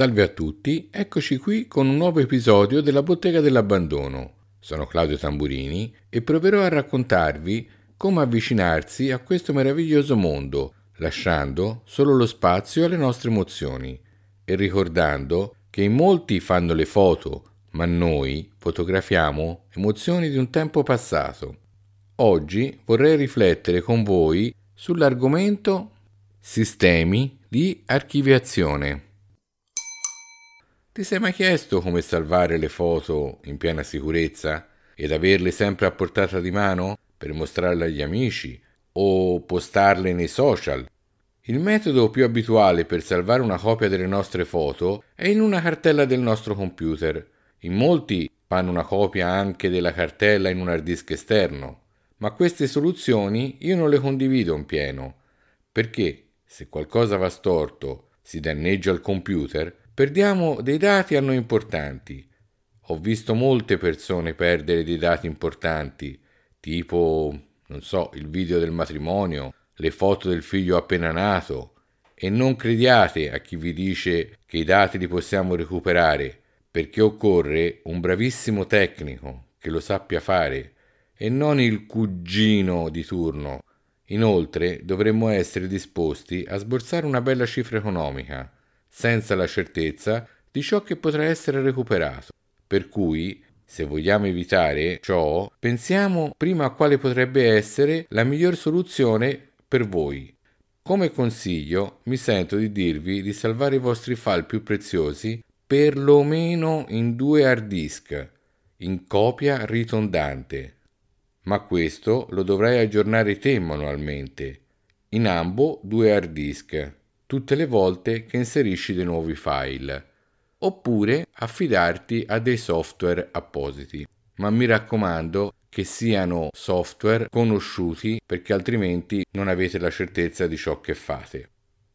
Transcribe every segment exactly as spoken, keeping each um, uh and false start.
Salve a tutti, eccoci qui con un nuovo episodio della Bottega dell'Abbandono. Sono Claudio Tamburini e proverò a raccontarvi come avvicinarsi a questo meraviglioso mondo, lasciando solo lo spazio alle nostre emozioni e ricordando che in molti fanno le foto, ma noi fotografiamo emozioni di un tempo passato. Oggi vorrei riflettere con voi sull'argomento sistemi di archiviazione. Ti sei mai chiesto come salvare le foto in piena sicurezza ed averle sempre a portata di mano per mostrarle agli amici o postarle nei social? Il metodo più abituale per salvare una copia delle nostre foto è in una cartella del nostro computer. In molti fanno una copia anche della cartella in un hard disk esterno, ma queste soluzioni io non le condivido in pieno, perché se qualcosa va storto, si danneggia il computer, perdiamo dei dati a noi importanti. Ho visto molte persone perdere dei dati importanti, tipo, non so, il video del matrimonio, le foto del figlio appena nato, e non crediate a chi vi dice che i dati li possiamo recuperare, perché occorre un bravissimo tecnico che lo sappia fare e non il cugino di turno. Inoltre dovremmo essere disposti a sborsare una bella cifra economica, senza la certezza di ciò che potrà essere recuperato. Per cui, se vogliamo evitare ciò, pensiamo prima a quale potrebbe essere la miglior soluzione per voi. Come consiglio, mi sento di dirvi di salvare i vostri file più preziosi perlomeno in due hard disk, in copia ritondante. Ma questo lo dovrai aggiornare te manualmente, in ambo due hard disk, tutte le volte che inserisci dei nuovi file, oppure affidarti a dei software appositi. Ma mi raccomando che siano software conosciuti, perché altrimenti non avete la certezza di ciò che fate.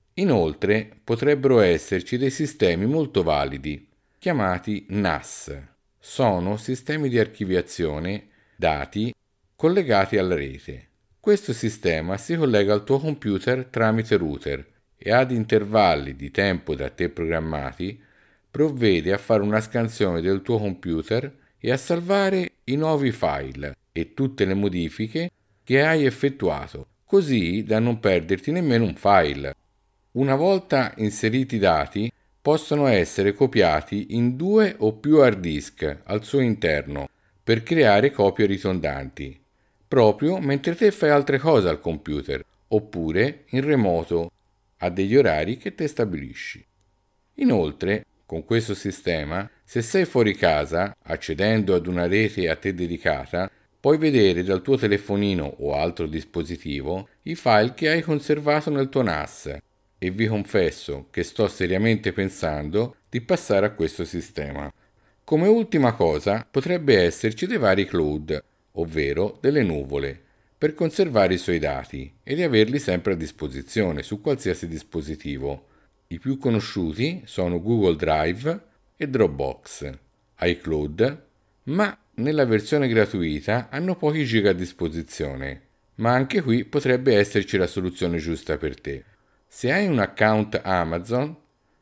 Inoltre potrebbero esserci dei sistemi molto validi, chiamati N A S. Sono sistemi di archiviazione dati collegati alla rete. Questo sistema si collega al tuo computer tramite router e ad intervalli di tempo da te programmati provvede a fare una scansione del tuo computer e a salvare i nuovi file e tutte le modifiche che hai effettuato, così da non perderti nemmeno un file. Una volta inseriti i dati, possono essere copiati in due o più hard disk al suo interno per creare copie ritondante, proprio mentre te fai altre cose al computer, oppure in remoto, a degli orari che te stabilisci. Inoltre, con questo sistema, se sei fuori casa, accedendo ad una rete a te dedicata, puoi vedere dal tuo telefonino o altro dispositivo i file che hai conservato nel tuo N A S, e vi confesso che sto seriamente pensando di passare a questo sistema. Come ultima cosa, potrebbe esserci dei vari cloud, ovvero delle nuvole, per conservare i suoi dati e di averli sempre a disposizione su qualsiasi dispositivo. I più conosciuti sono Google Drive e Dropbox, iCloud, ma nella versione gratuita hanno pochi giga a disposizione, ma anche qui potrebbe esserci la soluzione giusta per te. Se hai un account Amazon,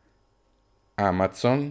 Amazon,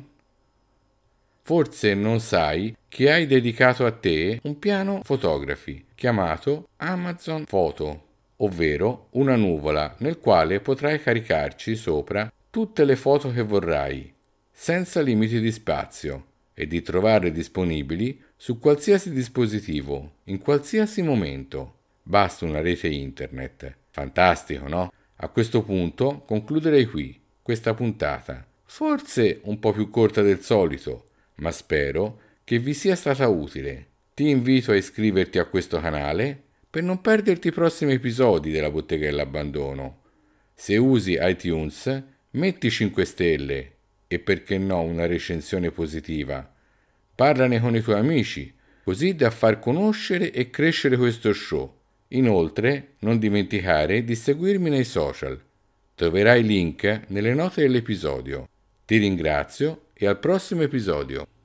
forse non sai che hai dedicato a te un piano fotografi chiamato Amazon Photo, ovvero una nuvola nel quale potrai caricarci sopra tutte le foto che vorrai, senza limiti di spazio, e di trovarle disponibili su qualsiasi dispositivo, in qualsiasi momento. Basta una rete internet. Fantastico, no? A questo punto concluderei qui questa puntata, forse un po' più corta del solito, ma spero che vi sia stata utile. Ti invito a iscriverti a questo canale per non perderti i prossimi episodi della Bottega dell'Abbandono. Se usi iTunes, metti cinque stelle e perché no una recensione positiva. Parlane con i tuoi amici, così da far conoscere e crescere questo show. Inoltre, non dimenticare di seguirmi nei social. Troverai il link nelle note dell'episodio. Ti ringrazio e al prossimo episodio.